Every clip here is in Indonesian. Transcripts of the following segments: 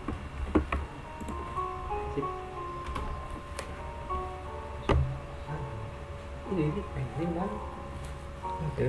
Sip. Ini penting kan? Oke.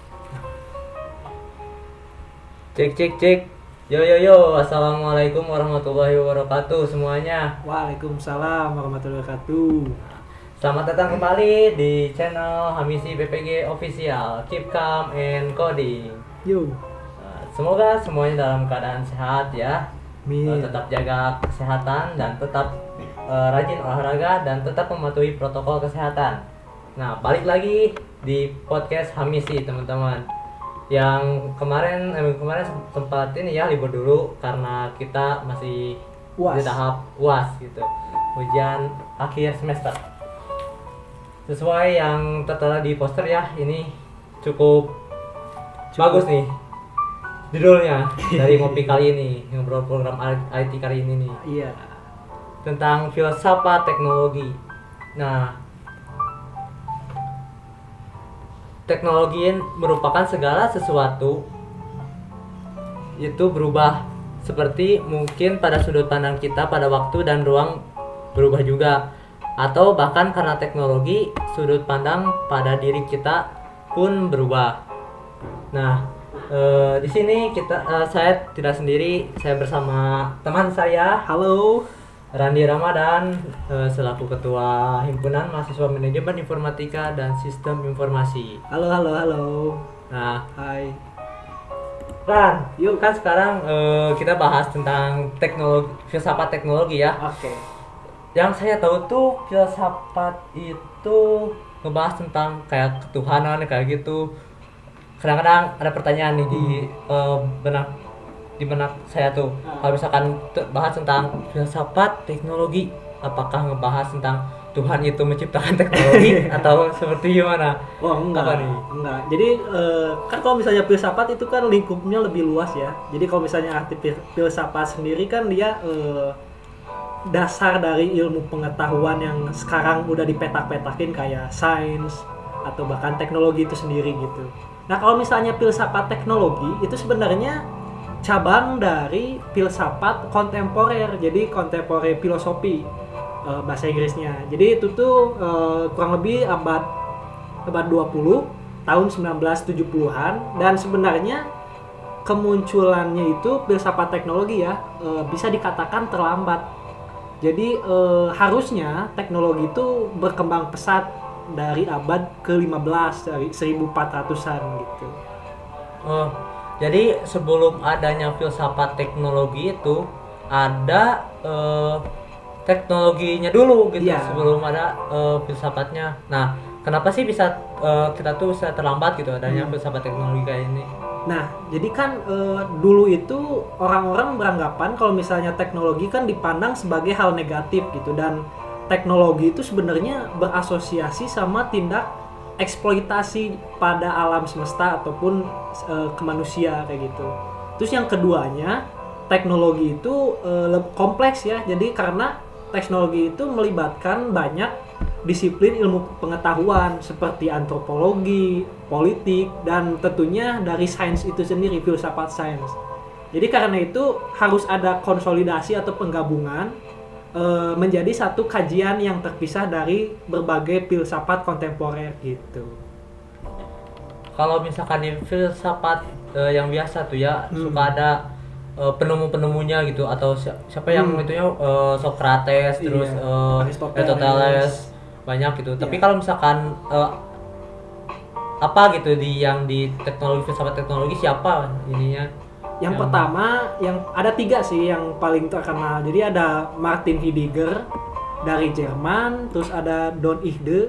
Cek. Yo. Assalamualaikum warahmatullahi wabarakatuh semuanya. Waalaikumsalam warahmatullahi wabarakatuh. Selamat datang kembali di channel Hamisi BPG Official. Keep calm and coding. Yo. Semoga semuanya dalam keadaan sehat ya. Tetap jaga kesehatan dan tetap rajin olahraga dan tetap mematuhi protokol kesehatan. Nah, balik lagi di podcast Hamisi teman-teman. Yang kemarin sempat ini ya libur dulu karena kita masih UAS. di tahap UAS gitu. Ujian akhir semester. Sesuai yang tertera di poster ya, ini cukup bagus nih judulnya dari ngopi kali ini, ngobrol program IT kali ini nih. Iya. Tentang filsafat teknologi. Nah, teknologi merupakan segala sesuatu itu berubah seperti mungkin pada sudut pandang kita pada waktu dan ruang berubah juga, atau bahkan karena teknologi sudut pandang pada diri kita pun berubah. Nah, di sini saya tidak sendiri, saya bersama teman saya. Halo. Randi Ramadan, selaku Ketua Himpunan Mahasiswa Manajemen Informatika dan Sistem Informasi. Halo. Nah, Hai. Ran, yuk kan sekarang kita bahas tentang teknologi, filsafat teknologi ya. Oke. Yang saya tahu tuh filsafat itu ngebahas tentang kayak ketuhanan kayak gitu. Kadang-kadang ada pertanyaan nih di benak saya tuh, kalau misalkan bahas tentang filsafat teknologi, apakah ngebahas tentang Tuhan itu menciptakan teknologi atau seperti gimana? Oh enggak. Apa nih? Enggak. Jadi kan kalau misalnya filsafat itu kan lingkupnya lebih luas ya. Jadi kalau misalnya arti filsafat sendiri kan dia dasar dari ilmu pengetahuan yang sekarang udah dipetak-petakin kayak sains atau bahkan teknologi itu sendiri gitu. Nah kalau misalnya filsafat teknologi itu sebenarnya cabang dari filsafat kontemporer, jadi kontemporer filosofi bahasa Inggrisnya. Jadi itu tuh kurang lebih abad 20 tahun 1970-an, dan sebenarnya kemunculannya itu filsafat teknologi ya bisa dikatakan terlambat. Jadi harusnya teknologi itu berkembang pesat dari abad ke-15, dari 1400-an gitu. Oh, jadi sebelum adanya filsafat teknologi itu ada teknologinya dulu gitu, Iya. sebelum ada filsafatnya. Nah, kenapa sih bisa kita tuh bisa terlambat gitu adanya filsafat teknologi kayak ini? Nah, jadi kan dulu itu orang-orang beranggapan kalau misalnya teknologi kan dipandang sebagai hal negatif gitu, dan teknologi itu sebenarnya berasosiasi sama tindak eksploitasi pada alam semesta ataupun ke manusia kayak gitu. Terus yang keduanya, teknologi itu kompleks ya. Jadi karena teknologi itu melibatkan banyak disiplin ilmu pengetahuan seperti antropologi, politik, dan tentunya dari sains itu sendiri, filsafat sains. Jadi karena itu harus ada konsolidasi atau penggabungan menjadi satu kajian yang terpisah dari berbagai filsafat kontemporer gitu. Kalau misalkan di filsafat yang biasa tuh ya suka ada penemu-penemunya gitu, atau siapa yang itunya Socrates, terus Aristoteles, banyak gitu. Tapi kalau misalkan apa gitu di teknologi, filsafat teknologi siapa ininya? Yang pertama, yang ada 3 sih yang paling terkenal. Jadi ada Martin Heidegger dari Jerman, terus ada Don Ihde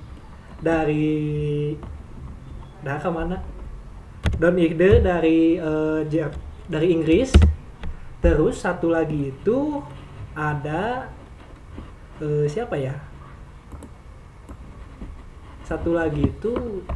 dari mana? Don Ihde dari Inggris. Terus satu lagi itu ada siapa ya? Satu lagi itu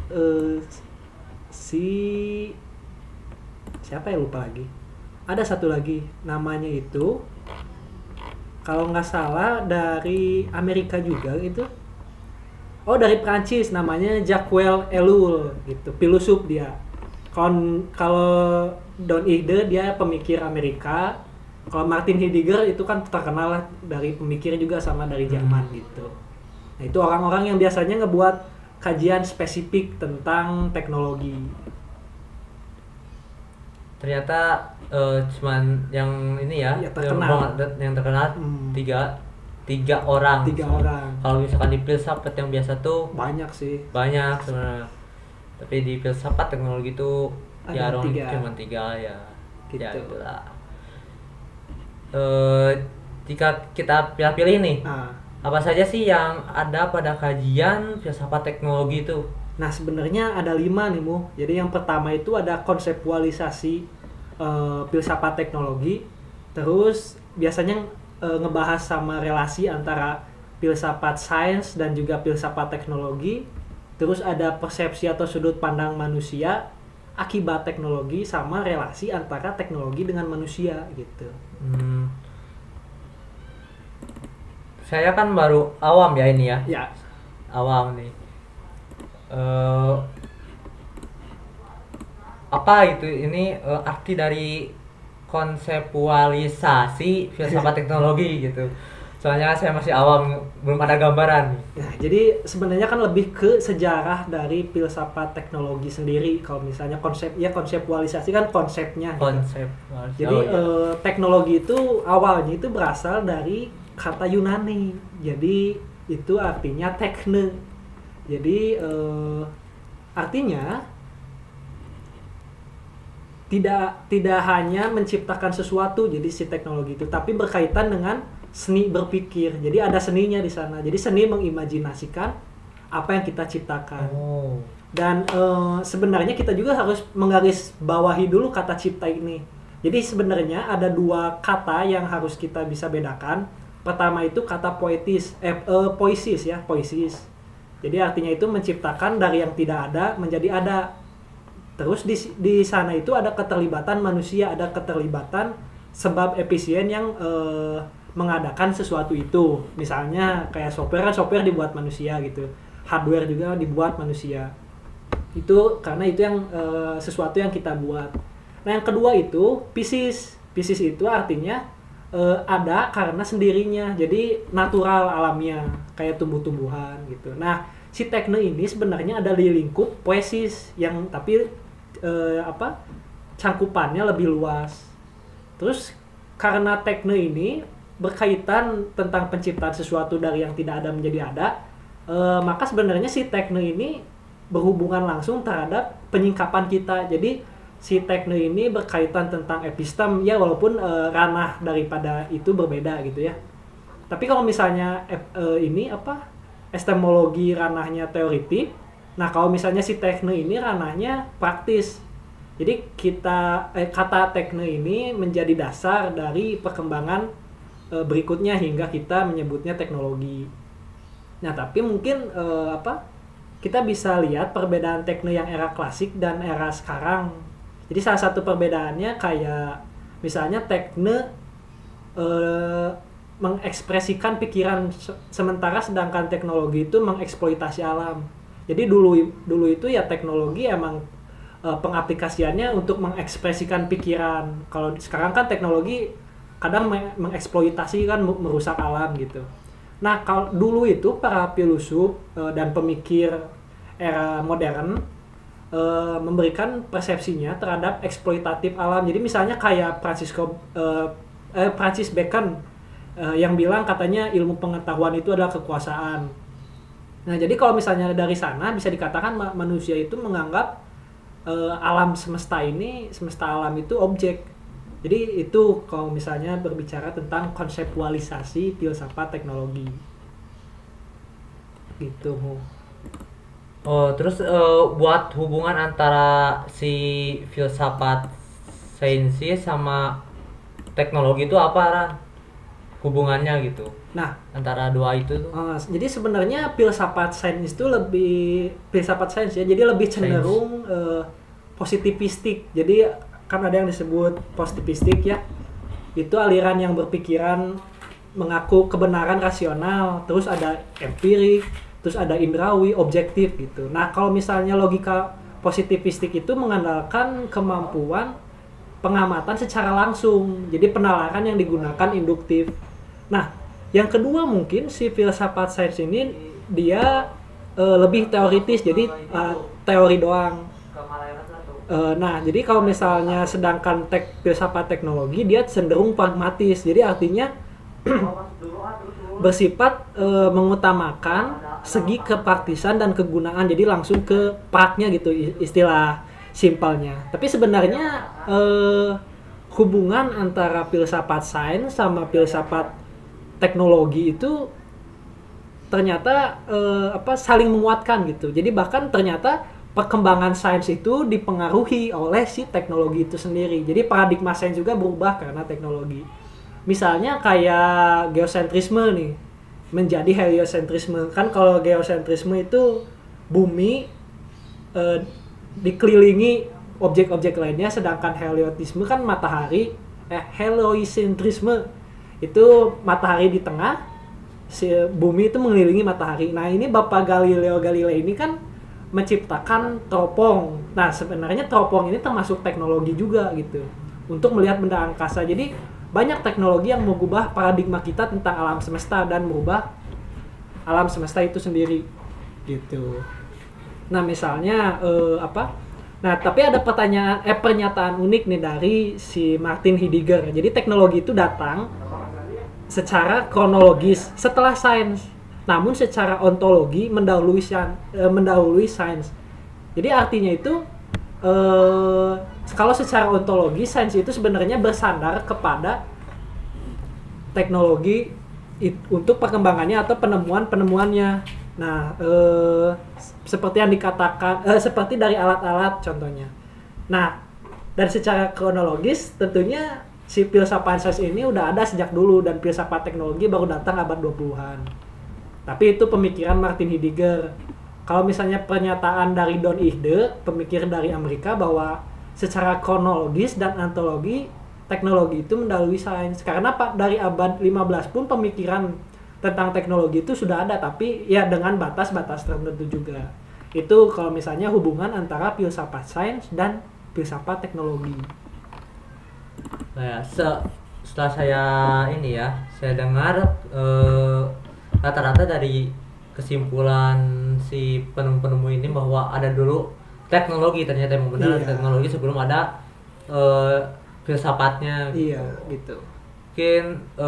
siapa ya, lupa lagi. Ada satu lagi namanya itu kalau nggak salah dari Amerika juga itu. Oh, dari Prancis, namanya Jacques Ellul gitu, filosof dia. Kalau Don Ihde dia pemikir Amerika, Kalau Martin Heidegger itu kan terkenal lah, dari pemikir juga sama dari Jerman gitu. Nah itu orang-orang yang biasanya ngebuat kajian spesifik tentang teknologi. Ternyata cuman yang ini ya, Ya, terkenal. yang terkenal tiga orang. Tiga orang. Kalau misalkan di filsafat yang biasa tuh Banyak sih. banyak sebenarnya. Tapi di filsafat teknologi itu ya Ada tiga. cuma tiga ya. Gitu. Ya itulah. Jika kita pilih-pilih nih, Nah, apa saja sih yang ada pada kajian filsafat teknologi itu? Nah sebenarnya ada 5 nih Mu. Jadi yang pertama itu ada konseptualisasi filsafat teknologi. Terus biasanya ngebahas sama relasi antara filsafat sains dan juga filsafat teknologi. Terus ada persepsi atau sudut pandang manusia akibat teknologi sama relasi antara teknologi dengan manusia gitu. Saya kan baru awam ya ini ya. Ya, Awam nih. Apa itu ini arti dari konseptualisasi filsafat teknologi gitu? Soalnya saya masih awam, belum ada gambaran. nah, jadi sebenarnya kan lebih ke sejarah dari filsafat teknologi sendiri. Kalau misalnya konseptualisasi kan konsepnya. Gitu. Konseptualisasi. Jadi teknologi itu awalnya itu berasal dari kata Yunani. Jadi itu artinya tekne. Jadi artinya tidak hanya menciptakan sesuatu jadi si teknologi itu, tapi berkaitan dengan seni berpikir. Jadi ada seninya di sana. Jadi seni mengimajinasikan apa yang kita ciptakan. Oh. Dan sebenarnya kita juga harus menggarisbawahi dulu kata cipta ini. Jadi sebenarnya ada 2 kata yang harus kita bisa bedakan. Pertama itu kata poesis. Jadi artinya itu menciptakan dari yang tidak ada menjadi ada. Terus di sana itu ada keterlibatan manusia, ada keterlibatan sebab efisien yang mengadakan sesuatu itu. Misalnya kayak software dibuat manusia gitu. Hardware juga dibuat manusia. Itu karena itu yang sesuatu yang kita buat. Nah, yang kedua itu physis. Physis itu artinya ada karena sendirinya. Jadi natural, alamiah, kayak tumbuh-tumbuhan gitu. Nah, si tekne ini sebenarnya ada di lingkup poesis yang tapi cangkupannya lebih luas. Terus karena tekne ini berkaitan tentang penciptaan sesuatu dari yang tidak ada menjadi ada, maka sebenarnya si tekne ini berhubungan langsung terhadap penyingkapan kita. Jadi si tekne ini berkaitan tentang epistem ya, walaupun ranah daripada itu berbeda gitu ya. Tapi kalau misalnya epistemologi ranahnya teoritik, nah kalau misalnya si tekne ini ranahnya praktis. Jadi kata tekne ini menjadi dasar dari perkembangan berikutnya hingga kita menyebutnya teknologi. Nah, tapi mungkin kita bisa lihat perbedaan tekne yang era klasik dan era sekarang. Jadi salah satu perbedaannya kayak misalnya tekne mengekspresikan pikiran sementara sedangkan teknologi itu mengeksploitasi alam. Jadi dulu itu ya teknologi emang pengaplikasiannya untuk mengekspresikan pikiran. Kalau sekarang kan teknologi kadang mengeksploitasi kan, merusak alam gitu. Nah, kalau dulu itu para filosof dan pemikir era modern memberikan persepsinya terhadap eksploitatif alam. Jadi misalnya kayak Francis Bacon yang bilang katanya ilmu pengetahuan itu adalah kekuasaan. Nah, jadi kalau misalnya dari sana bisa dikatakan manusia itu menganggap alam semesta alam itu objek. Jadi itu kalau misalnya berbicara tentang konseptualisasi filsafat teknologi. Gitu. Oh, terus buat hubungan antara si filsafat sainsis sama teknologi itu apa, Ran? Hubungannya gitu. Nah, antara dua itu tuh. Jadi sebenarnya filsafat sains itu jadi lebih cenderung positivistik. Jadi kan ada yang disebut positivistik ya. Itu aliran yang berpikiran mengaku kebenaran rasional, terus ada empirik, terus ada indrawi, objektif gitu. Nah, kalau misalnya logika positivistik itu mengandalkan kemampuan pengamatan secara langsung. Jadi penalaran yang digunakan induktif. Nah, yang kedua mungkin si filsafat sains ini dia lebih teoritis, jadi teori doang. Nah, jadi kalau misalnya sedangkan filsafat teknologi dia cenderung pragmatis. Jadi artinya bersifat mengutamakan segi kepraktisan dan kegunaan. Jadi langsung ke praknya gitu istilah simpelnya. Tapi sebenarnya hubungan antara filsafat sains sama filsafat teknologi itu ternyata saling menguatkan gitu. Jadi bahkan ternyata perkembangan sains itu dipengaruhi oleh si teknologi itu sendiri. Jadi paradigma sains juga berubah karena teknologi. Misalnya kayak geosentrisme nih menjadi heliosentrisme. Kan kalau geosentrisme itu bumi dikelilingi objek-objek lainnya, sedangkan heliotisme kan matahari. Heliocentrisme itu matahari di tengah, si bumi itu mengelilingi matahari. Nah, ini Bapak Galileo Galilei ini kan menciptakan teropong. Nah, sebenarnya teropong ini termasuk teknologi juga gitu untuk melihat benda angkasa. Jadi banyak teknologi yang mengubah paradigma kita tentang alam semesta dan merubah alam semesta itu sendiri gitu. Nah, misalnya Nah, tapi ada pernyataan unik nih dari si Martin Heidegger. Jadi teknologi itu datang secara kronologis setelah sains. Namun secara ontologi mendahului sains. Jadi artinya itu kalau secara ontologi sains itu sebenarnya bersandar kepada teknologi untuk perkembangannya atau penemuannya. Nah, seperti yang dikatakan seperti dari alat-alat contohnya. Nah, dari secara kronologis tentunya si filsafat sains ini udah ada sejak dulu dan filsafat teknologi baru datang abad 20-an. Tapi itu pemikiran Martin Heidegger. Kalau misalnya pernyataan dari Don Ihde, pemikir dari Amerika, bahwa secara kronologis dan ontologi teknologi itu mendahului sains. Karena dari abad 15 pun pemikiran tentang teknologi itu sudah ada, tapi ya dengan batas-batas tertentu juga. Itu kalau misalnya hubungan antara filsafat sains dan filsafat teknologi. Nah, setelah saya dengar rata-rata dari kesimpulan si penemu-penemu ini bahwa ada dulu teknologi, ternyata yang benar teknologi sebelum ada filsafatnya. Iya, gitu. Mungkin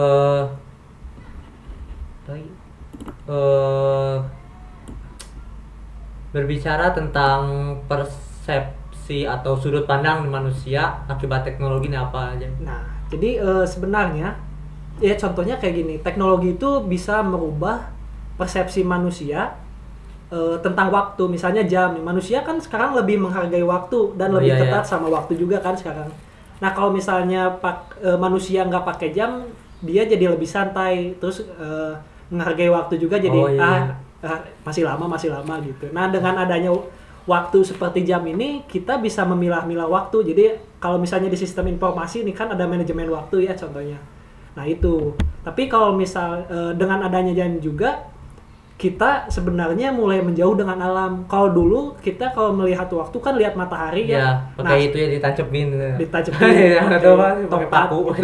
berbicara tentang persepsi atau sudut pandang manusia akibat teknologi ini apa aja? Nah, jadi sebenarnya ya contohnya kayak gini, teknologi itu bisa merubah persepsi manusia tentang waktu. Misalnya jam, manusia kan sekarang lebih menghargai waktu dan lebih ketat sama waktu juga kan sekarang. Nah, kalau misalnya manusia nggak pakai jam, dia jadi lebih santai, terus menghargai waktu juga jadi masih lama gitu. Nah, dengan adanya waktu seperti jam ini, kita bisa memilah-milah waktu. Jadi kalau misalnya di sistem informasi ini kan ada manajemen waktu ya contohnya. Nah itu, tapi kalau misal dengan adanya jam juga, kita sebenarnya mulai menjauh dengan alam. Kalau dulu kita kalau melihat waktu kan lihat matahari ya. Pakai itu ya ditancapin. Pakai paku.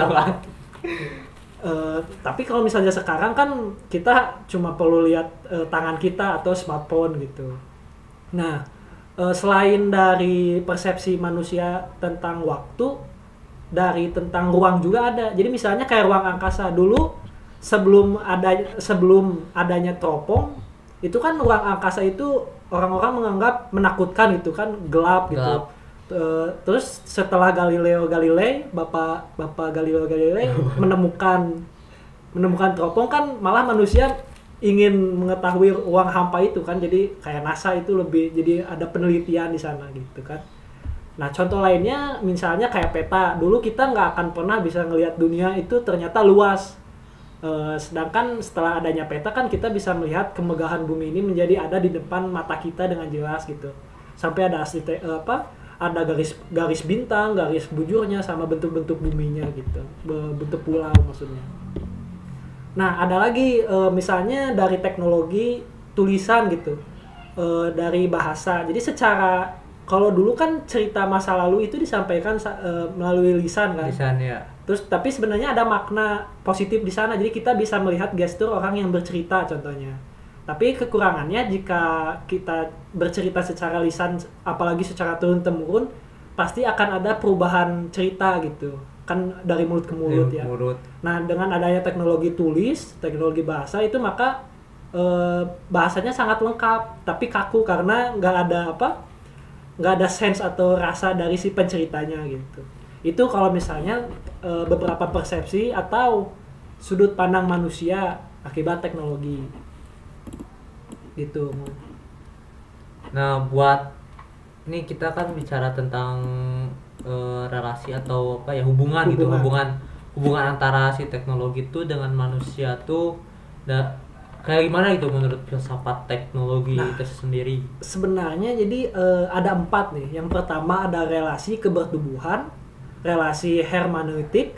Tapi kalau misalnya sekarang kan kita cuma perlu lihat tangan kita atau smartphone gitu. Nah, selain dari persepsi manusia tentang waktu, dari tentang ruang juga ada. Jadi misalnya kayak ruang angkasa dulu sebelum adanya teropong, itu kan ruang angkasa itu orang-orang menganggap menakutkan, itu kan gelap gitu. Terus setelah Bapak Galileo Galilei menemukan teropong, kan malah manusia ingin mengetahui ruang hampa itu kan. Jadi kayak NASA itu lebih jadi ada penelitian di sana gitu kan. Nah, contoh lainnya misalnya kayak peta. Dulu kita nggak akan pernah bisa ngelihat dunia itu ternyata luas. Sedangkan setelah adanya peta kan kita bisa melihat kemegahan bumi ini menjadi ada di depan mata kita dengan jelas gitu. Sampai ada ada garis bintang, garis bujurnya sama bentuk-bentuk buminya gitu. Bentuk pulau maksudnya. Nah, ada lagi misalnya dari teknologi tulisan gitu. Dari bahasa. Jadi secara kalau dulu kan cerita masa lalu itu disampaikan melalui lisan kan. Lisan ya. Terus tapi sebenarnya ada makna positif di sana. Jadi kita bisa melihat gestur orang yang bercerita contohnya. Tapi kekurangannya jika kita bercerita secara lisan, apalagi secara turun-temurun, pasti akan ada perubahan cerita gitu. Kan dari mulut ke mulut ya. Nah, dengan adanya teknologi tulis, teknologi bahasa itu maka bahasanya sangat lengkap, tapi kaku karena nggak ada sense atau rasa dari si penceritanya gitu. Itu kalau misalnya beberapa persepsi atau sudut pandang manusia akibat teknologi gitu. Nah, buat ini kita kan bicara tentang relasi atau apa ya, hubungan gitu, hubungan antara si teknologi itu dengan manusia tuh kayak gimana gitu menurut filsafat teknologi itu sendiri? Sebenarnya jadi ada 4 nih. Yang pertama ada relasi kebertubuhan, relasi hermeneutik,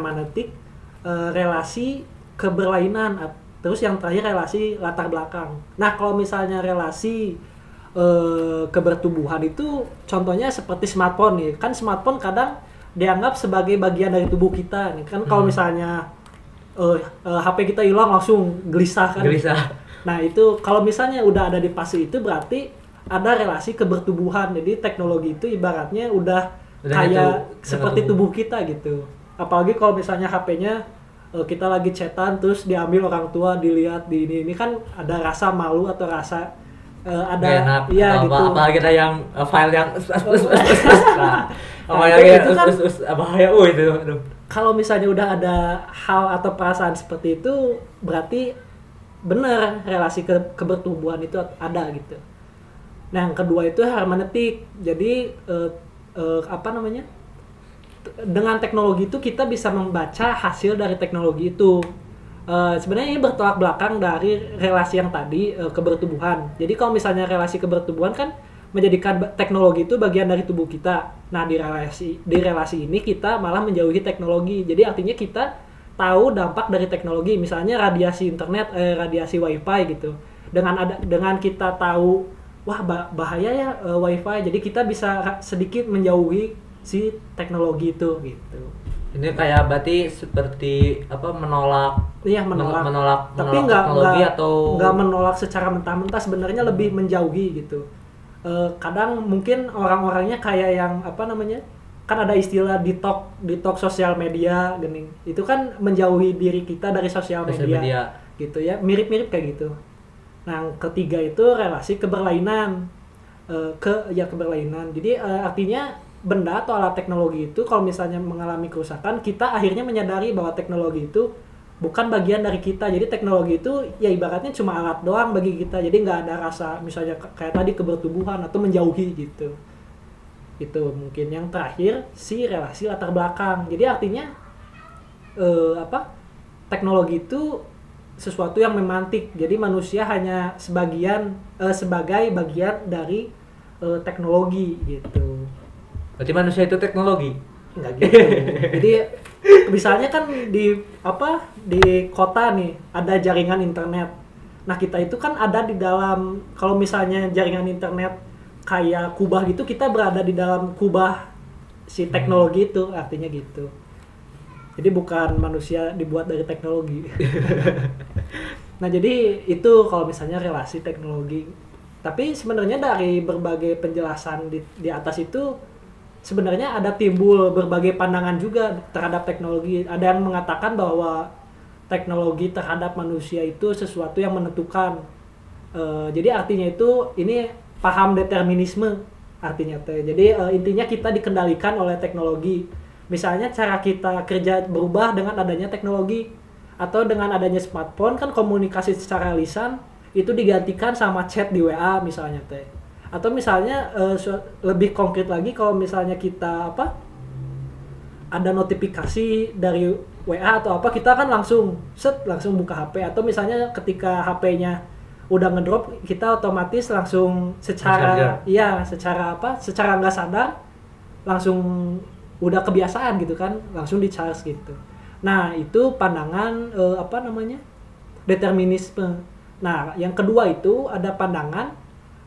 relasi keberlainan, terus yang terakhir relasi latar belakang. Nah, kalau misalnya relasi kebertubuhan itu contohnya seperti smartphone nih. Kan smartphone kadang dianggap sebagai bagian dari tubuh kita nih. Kan kalau misalnya HP kita hilang langsung gelisah kan. Nah, itu kalau misalnya udah ada di fase itu berarti ada relasi kebertubuhan. Jadi teknologi itu ibaratnya udah kayak seperti tubuh kita gitu. Apalagi kalau misalnya HP-nya kita lagi chatan terus diambil orang tua, dilihat di ini kan ada rasa malu atau rasa ada enak, iya gitu. Apalagi ada yang file yang bahaya itu. Kalau misalnya udah ada hal atau perasaan seperti itu berarti benar relasi kebertubuhan itu ada gitu. Nah, yang kedua itu hermeneutik. Jadi dengan teknologi itu kita bisa membaca hasil dari teknologi itu. Sebenarnya ini bertolak belakang dari relasi yang tadi kebertubuhan. Jadi kalau misalnya relasi kebertubuhan kan menjadikan teknologi itu bagian dari tubuh kita. Nah, di relasi ini kita malah menjauhi teknologi. Jadi artinya kita tahu dampak dari teknologi, misalnya radiasi internet, radiasi wifi gitu. Dengan kita tahu wah bahaya ya wifi, jadi kita bisa sedikit menjauhi si teknologi itu gitu. Ini kayak berarti seperti apa menolak tapi nggak menolak secara mentah-mentah, sebenarnya lebih menjauhi gitu. Kadang mungkin orang-orangnya kayak yang kan ada istilah detox sosial media gini, itu kan menjauhi diri kita dari sosial media gitu ya, mirip-mirip kayak gitu. Nah, yang ketiga itu relasi keberlainan. Keberlainan, jadi artinya benda atau alat teknologi itu kalau misalnya mengalami kerusakan, kita akhirnya menyadari bahwa teknologi itu bukan bagian dari kita. Jadi teknologi itu ya ibaratnya cuma alat doang bagi kita. Jadi nggak ada rasa misalnya kayak tadi kebertubuhan atau menjauhi gitu. Itu mungkin yang terakhir si relasi latar belakang. Jadi artinya teknologi itu sesuatu yang memantik. Jadi manusia hanya sebagai bagian dari teknologi gitu. Berarti manusia itu teknologi? Enggak gitu. Jadi misalnya kan di kota nih ada jaringan internet. Nah, kita itu kan ada di dalam, kalau misalnya jaringan internet kayak kubah gitu, kita berada di dalam kubah si teknologi itu, artinya gitu. Jadi bukan manusia dibuat dari teknologi. Nah, jadi itu kalau misalnya relasi teknologi. Tapi sebenarnya dari berbagai penjelasan di atas itu sebenarnya ada timbul berbagai pandangan juga terhadap teknologi. Ada yang mengatakan bahwa teknologi terhadap manusia itu sesuatu yang menentukan. Jadi artinya itu ini paham determinisme artinya teh. Jadi intinya kita dikendalikan oleh teknologi. Misalnya cara kita kerja berubah dengan adanya teknologi, atau dengan adanya smartphone kan komunikasi secara lisan itu digantikan sama chat di WA misalnya teh. Atau misalnya lebih konkret lagi, kalau misalnya kita ada notifikasi dari WA atau kita kan langsung buka HP. Atau misalnya ketika HP-nya udah ngedrop, kita otomatis langsung secara nggak sadar langsung udah kebiasaan gitu kan, langsung di charge gitu. Nah, itu pandangan determinisme. Nah, yang kedua itu ada pandangan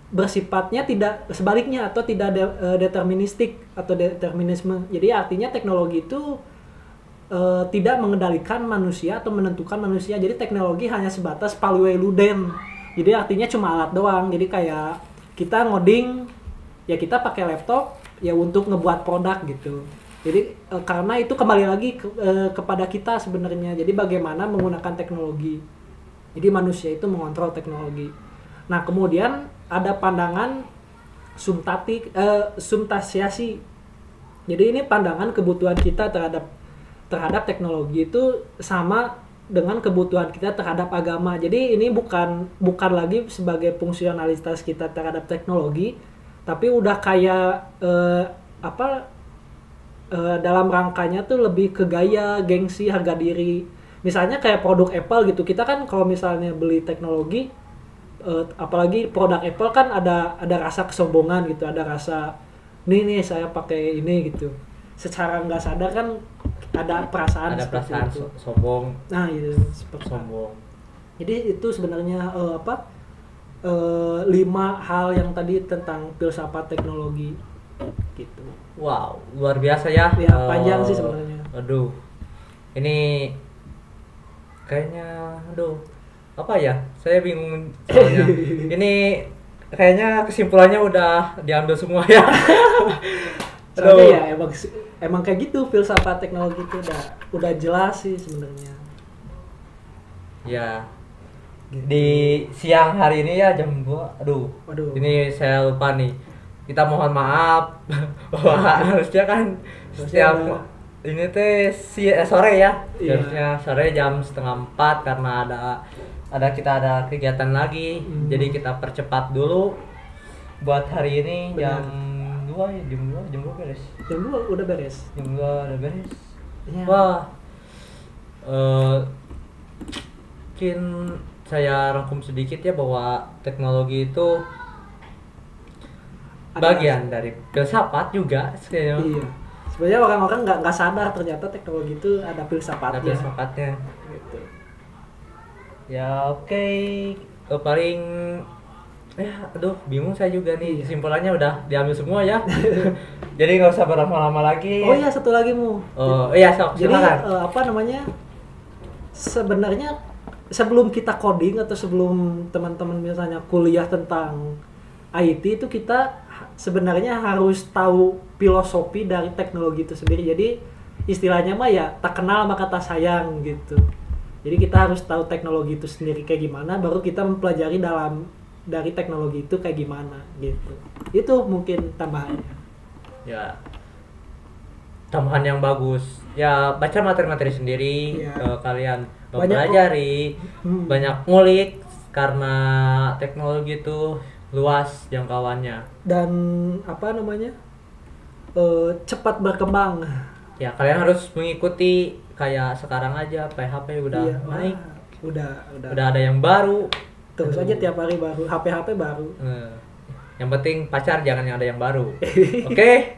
bersifatnya tidak sebaliknya atau tidak deterministik atau determinisme. Jadi artinya teknologi itu tidak mengendalikan manusia atau menentukan manusia. Jadi teknologi hanya sebatas palue ludem. Jadi artinya cuma alat doang. Jadi kayak kita ngoding, ya kita pakai laptop ya untuk ngebuat produk gitu. Jadi karena itu kembali lagi kepada kita sebenarnya. Jadi bagaimana menggunakan teknologi. Jadi manusia itu mengontrol teknologi. Nah kemudian ada pandangan sumtasiasi. Jadi ini pandangan kebutuhan kita terhadap teknologi itu sama dengan kebutuhan kita terhadap agama. Jadi ini bukan lagi sebagai fungsionalitas kita terhadap teknologi, tapi udah kayak dalam rangkanya tuh lebih ke gaya, gengsi, harga diri. Misalnya kayak produk Apple gitu. Kita kan kalau misalnya beli teknologi, apalagi produk Apple kan ada rasa kesombongan gitu, ada rasa nih saya pakai ini gitu. Secara nggak sadar kan ada perasaan itu. Sombong. Nah itu seperti sombong. Jadi itu sebenarnya 5 hal yang tadi tentang filsafat teknologi gitu. Wow, luar biasa ya. Ya panjang sih sebenarnya. Aduh, ini kayaknya, apa ya? Saya bingung soalnya. Ini kayaknya kesimpulannya udah diambil semua ya. Soalnya ya emang kayak gitu filsafat teknologi itu udah jelas sih sebenarnya. Ya. Di siang hari ini ya jam 2. Aduh. Ini saya lupa nih. Kita mohon maaf bahwa harusnya kan setiap ini teh sore ya. Harusnya sore jam 3:30 karena kita ada kegiatan lagi. Jadi kita percepat dulu buat hari ini. Jam 2 beres. Jam 2 udah beres. Ya. Wah. Mungkin saya rangkum sedikit ya bahwa teknologi itu bagian dari filsafat juga sebenarnya. Iya. Sebenarnya orang-orang nggak sadar ternyata teknologi itu ada filsafatnya. Ada filsafatnya. Gitu. Ya oke. Paling bingung saya juga nih. Kesimpulannya udah diambil semua ya. Jadi nggak usah berlama-lama lagi. Oh iya, satu lagi Mu. Oh iya, silakan. Jadi sebenarnya sebelum kita coding atau sebelum teman-teman misalnya kuliah tentang IT itu kita sebenarnya harus tahu filosofi dari teknologi itu sendiri. Jadi istilahnya mah ya tak kenal maka tak sayang gitu. Jadi kita harus tahu teknologi itu sendiri kayak gimana, baru kita mempelajari dari teknologi itu kayak gimana gitu. Itu mungkin tambahannya. Ya, tambahan yang bagus. Ya baca materi-materi sendiri, kalian mempelajari, banyak ngulik karena teknologi itu luas jangkauannya. Dan cepat berkembang. Ya kalian harus mengikuti kayak sekarang aja PHP udah naik. Udah ada yang baru. Terus aja tiap hari baru, HP baru. Yang penting pacar jangan yang ada yang baru. Oke.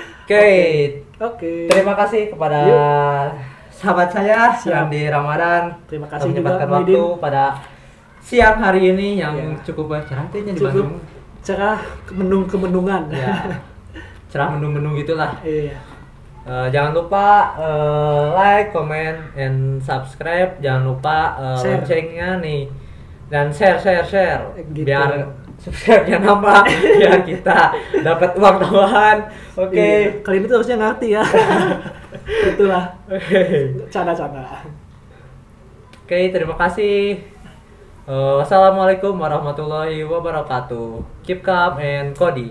Terima kasih kepada sahabat saya yang di Ramadan. Terima kasih menyempatkan juga waktu pada siang hari ini yang cukup cerah di Bandung. Cerah kemendungan. Ya. Cerah mendung-mendung gitulah. Iya. Jangan lupa like, comment, and subscribe. Jangan lupa loncengnya nih. Dan share gitu. Biar subscribe-nya nambah biar kita dapat uang tambahan. Oke. Kalian itu harusnya ngerti ya. Itulah. Canda-canda. Oke, terima kasih. Wassalamualaikum warahmatullahi wabarakatuh. Keep calm and Kodi.